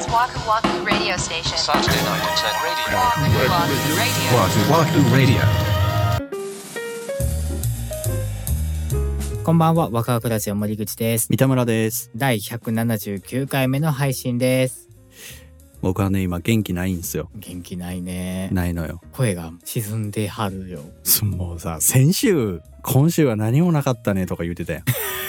Waku Waku Radio Station. Saturday night at 10 radio. Waku Waku Radio. Radio こんばんは、ワクワクラジオ森口です。 三田村です。 第179回目の配信です。 僕はね、今元気ないんですよ。 元気ないね。 ないのよ。 声が沈んではるよ。 もうさ、今週は何もなかったねとか言ってたやん。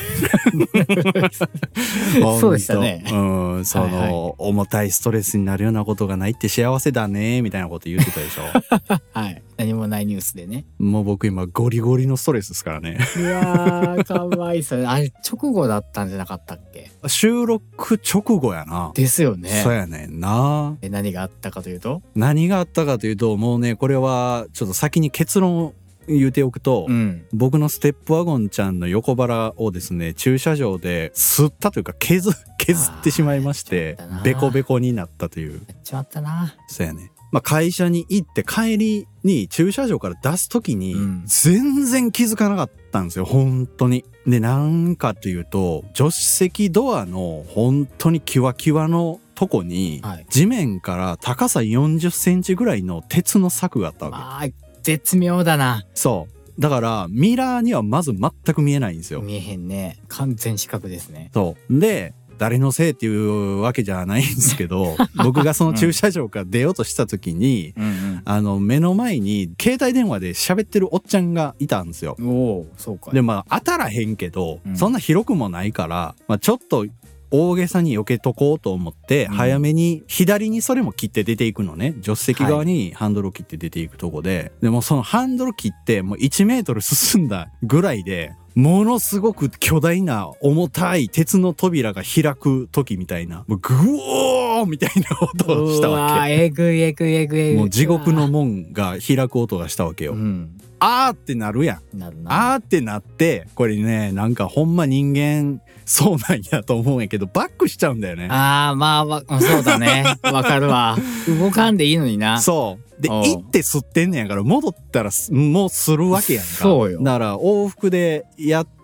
そうでしたね。 重たいストレスになるようなことがないって幸せだねみたいなこと言ってたでしょ。 はい。何もないニュースでね。 もう僕今ゴリゴリのストレスですからね。 いやー、かわいそう。あれ直後だったんじゃなかったっけ？ 収録直後やな。 ですよね。 そうやねんな。 何があったかというと？ もうね、これはちょっと先に結論を言うておくと、僕のステップワゴンちゃんの横腹をですね、駐車場で吸ったというか削ってしまいまして、ベコベコになったという。 やっちまったな。 そうやね。会社に行って帰りに駐車場から出すときに全然気づかなかったんですよ、本当に。で、なんかというと、助手席ドアの本当にキワキワのとこに、地面から高さ40センチぐらいの鉄の柵があったわけ。 絶妙だな。 そう。だからミラーにはまず全く見えないんですよ。 見えへんね。完全視覚ですね。 そう。で、誰のせいっていうわけじゃないんですけど、僕がその駐車場から出ようとした時に、目の前に携帯電話で喋ってるおっちゃんがいたんですよ。 おー、そうか。 で、当たらへんけど、そんな広くもないから、ちょっと大げさに避けとこうと思って、早めに左にそれも切って出ていくのね。助手席側にハンドルを切って出ていくとこで、でもそのハンドル切ってもう1メートル進んだぐらいで、ものすごく巨大な重たい鉄の扉が開く時みたいな、もうグオーみたいな音をしたわけ。 えぐい。 もう地獄の門が開く音がしたわけよ。あーってなるやん。あーってなって、これね、なんかほんま人間そうなんやと思うんやけど、バックしちゃうんだよね。 そうだね。わかるわ。動かんでいいのにな。 そう。で、行って吸ってんねやから、戻ったらもう吸るわけやんか。 そうよ。 だから往復でやって、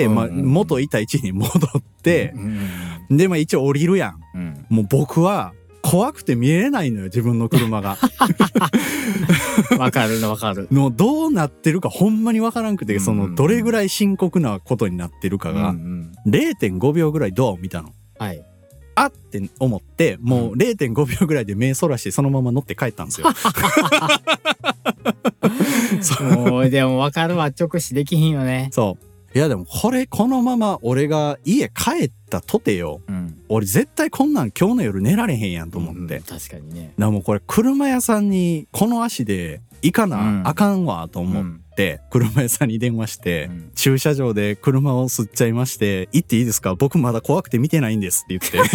元いた位置に戻って、で、一応降りるやん。もう僕は、怖くて見えないのよ、自分の車が。 わかる。 のどうなってるかほんまにわからんくて、どれぐらい深刻なことになってるかが、0.5 秒ぐらいドアを見たの。 はい。 あって思って、もう 0.5 秒ぐらいで目そらしてそのまま乗って帰ったんですよ。 もうでもわかるわ、直視できひんよね。 そう。いやでもこのまま俺が家帰ったとてよ、俺絶対こんなん今日の夜寝られへんやんと思って。 確かにね。 だからもうこれ車屋さんにこの足で行かなあかんわと思って、車屋さんに電話して、駐車場で車を吸っちゃいまして、行っていいですか？僕まだ怖くて見てないんですって言って。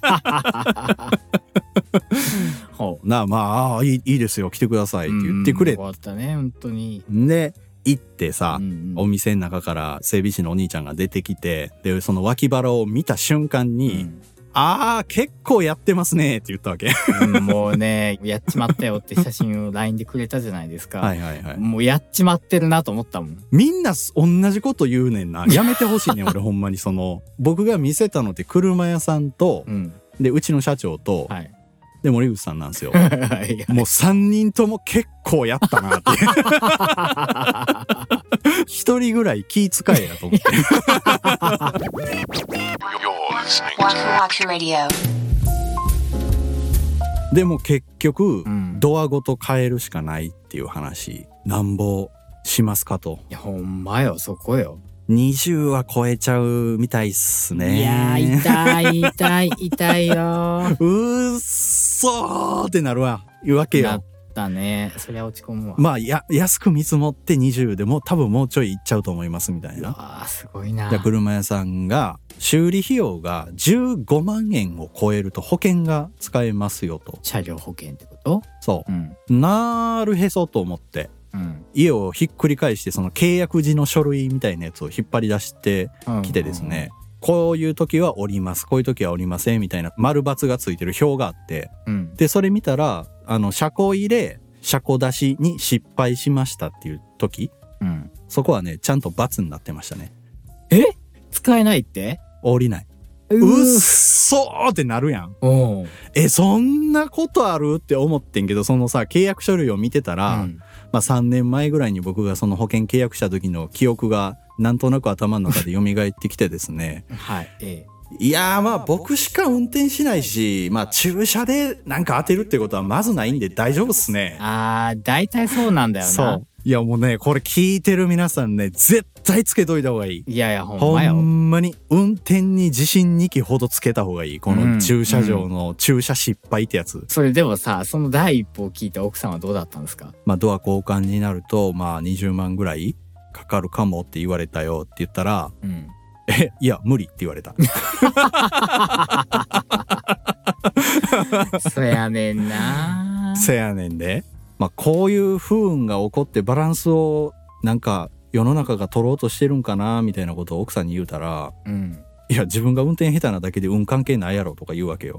いいですよ、来てくださいって言ってくれ。 終わったね、本当に。 で、行ってさ、お店の中から整備士のお兄ちゃんが出てきて、で、その脇腹を見た瞬間に、結構やってますねって言ったわけ。 もうね、やっちまったよって写真を LINE でくれたじゃないですか。 はい。 もうやっちまってるなと思ったもん。 みんな同じこと言うねんな。やめてほしいねん、俺ほんまに僕が見せたのって車屋さんと、で、うちの社長と、で、森口さんなんですよ。もう3人とも結構やったなって。一人ぐらい気遣えやと思って。でも結局、ドアごと変えるしかないっていう話、なんぼしますかと。 いや、ほんまよ、そこよ。 20は超えちゃうみたいっすね。 いやー、痛いよー。 うっそーってなるわけよ。 なったね。そりゃ落ち込むわ。 安く見積もって20でも多分もうちょいいっちゃうと思いますみたいな。 すごいな。 車屋さんが修理費用が15万円を超えると保険が使えますよと。 車両保険ってこと？ そう。なるへそと思って。家をひっくり返してその契約時の書類みたいなやつを引っ張り出してきてですね、こういう時はおります、こういう時はおりませんみたいな丸×がついてる表があって、でそれ見たら車庫入れ車庫出しに失敗しましたっていう時、そこはねちゃんと×になってましたね。 使えないって？ 降りない。 うっそーってなるやん。 おうそんなことあるって思ってんけど、そのさ、契約書類を見てたら、まあ3年前ぐらいに僕がその保険契約した時の記憶がなんとなく頭の中で蘇ってきてですね。 はい。 いやーまあ僕しか運転しないし、まあ駐車でなんか当てるってことはまずないんで大丈夫っすね。 大体そうなんだよな。 そう。いやもうね、これ聞いてる皆さんね、絶対つけといた方がいい。 いやいや、ほんまよ。 ほんまに運転に自信2機ほどつけた方がいい。この駐車場の駐車失敗ってやつ。 それでもさ、その第一歩を聞いた奥さんはどうだったんですか？ まあドア交換になると、まあ20万ぐらいかかるかもって言われたよって言ったら、いや、無理って言われた。 そやねんな。 そやねんで。まあこういう不運が起こってバランスをなんか世の中が取ろうとしてるんかなみたいなことを奥さんに言うたら、いや自分が運転下手なだけで運関係ないやろとか言うわけよ。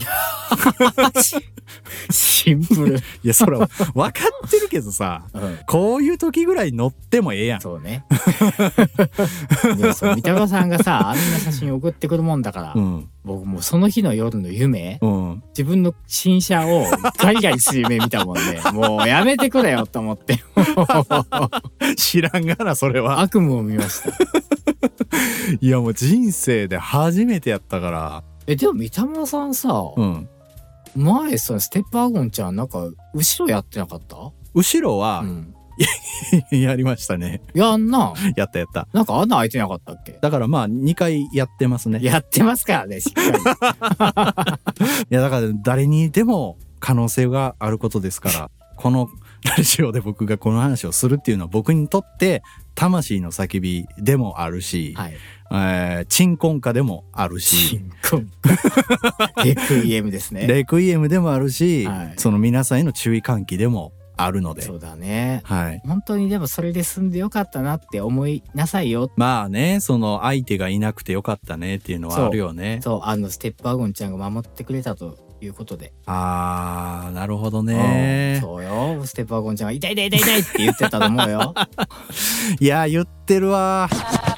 シンプル。 いやそれは分かってるけどさ、こういう時ぐらい乗ってもええやん。 そうね。でも三田川さんがさ、あんな写真送ってくるもんだから、僕もうその日の夜の夢、自分の新車をガリガリする夢見たもんね。もうやめてくれよと思って。 知らんがなそれは。 悪夢を見ました。 いやもう人生で初めてやったから。 でも三田村さんさ、前そのステップワゴンちゃんなんか後ろやってなかった？ 後ろは、やりましたね。 やんな。 やったやった。 なんか穴開いてなかったっけ？ だからまあ2回やってますね。 やってますからね、しっかり。 いやだから誰にでも可能性があることですから、このラジオで僕がこの話をするっていうのは僕にとって魂の叫びでもあるし、鎮魂歌でもあるし、 レクイエムですね。 レクイエムでもあるし、その皆さんへの注意喚起でもあるので。 そうだね。本当にでもそれで済んでよかったなって思いなさいよ。 まあね、その相手がいなくてよかったねっていうのはあるよね。 そう、ステップワゴンちゃんが守ってくれたということで。 なるほどね。 そうよ。ステップワゴンちゃんが痛い痛い痛い痛いって言ってたと思うよ。 いや言ってるわ。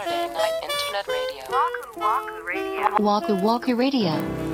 Waku Waku Radio。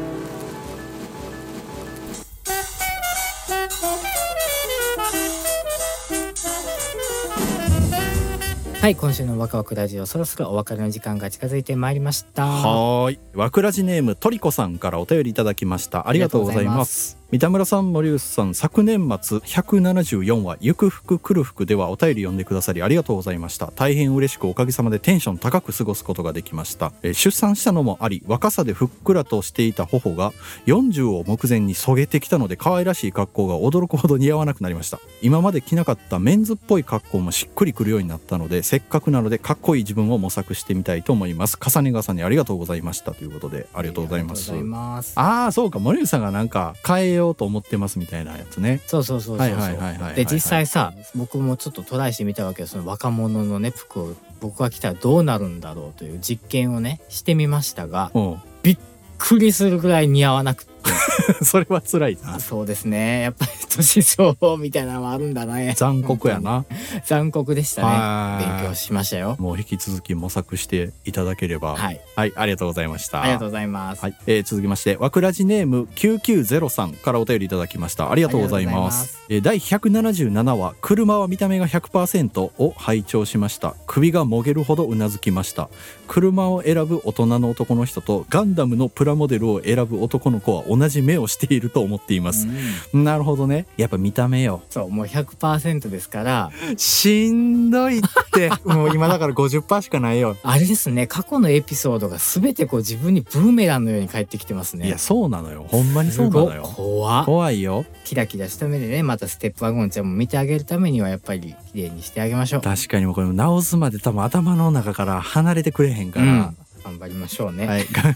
はい、今週のワクワクラジオ、そろそろお別れの時間が近づいてまいりました。 はい。ワクラジネームトリコさんからお便りいただきました。ありがとうございます。三田村さん、森内さん、昨年末174話ゆく服来る服ではお便り読んでくださりありがとうございました。大変嬉しくおかげさまでテンション高く過ごすことができました。出産したのもあり、若さでふっくらとしていた頬が40を目前にそげてきたので、可愛らしい格好が驚くほど似合わなくなりました。今まで着なかったメンズっぽい格好もしっくりくるようになったので、せっかくなのでかっこいい自分を模索してみたいと思います。重ね重ねありがとうございましたということで、ありがとうございます。そうか、森内さんがなんか変えようと思ってますみたいなやつね。 そう。で実際さ、僕もちょっとトライしてみたわけよ。その若者のね服を僕が着たらどうなるんだろうという実験をねしてみましたが、びっくりするぐらい似合わなくて。 それは辛いな。 そうですね。やっぱり年相応みたいなのはあるんだね。 残酷やな。 残酷でしたね。勉強しましたよ。 もう引き続き模索していただければ。はい、ありがとうございました。 ありがとうございます。 続きまして、わくらじネーム9903からお便りいただきました。ありがとうございます。第177話車は見た目が 100% を拝聴しました。首がもげるほどうなずきました。車を選ぶ大人の男の人とガンダムのプラモデルを選ぶ男の子は同じ目をしていると思っています。なるほどね。やっぱ見た目よ。 そう、もう 100% ですからしんどいってもう今だから 50% しかないよ。 あれですね、過去のエピソードが全てこう自分にブーメランのように返ってきてますね。 いやそうなのよ、ほんまにそうなのよ。怖いよ。 キラキラした目でね、またステップワゴンちゃんも見てあげるためにはやっぱり綺麗にしてあげましょう。 確かに、もうこれ直すまで多分頭の中から離れてくれへんから、 頑張りましょうね。 はい、頑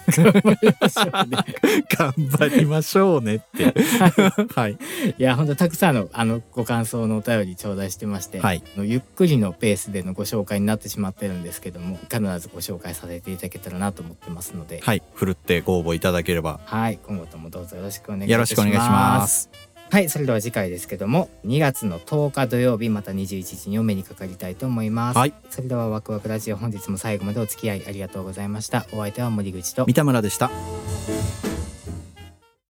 張りましょうねって。はい。いや本当たくさんのご感想のお便り頂戴してまして、ゆっくりのペースでのご紹介になってしまってるんですけども、必ずご紹介させていただけたらなと思ってますので、 はい、ふるってご応募いただければ、 はい、今後ともどうぞよろしくお願いいたします。 よろしくお願いします。 はい、それでは次回ですけども、2月の10日土曜日また21時にお目にかかりたいと思います。はい、それではワクワクラジオ、本日も最後までお付き合いありがとうございました。お相手は森口と三田村でした。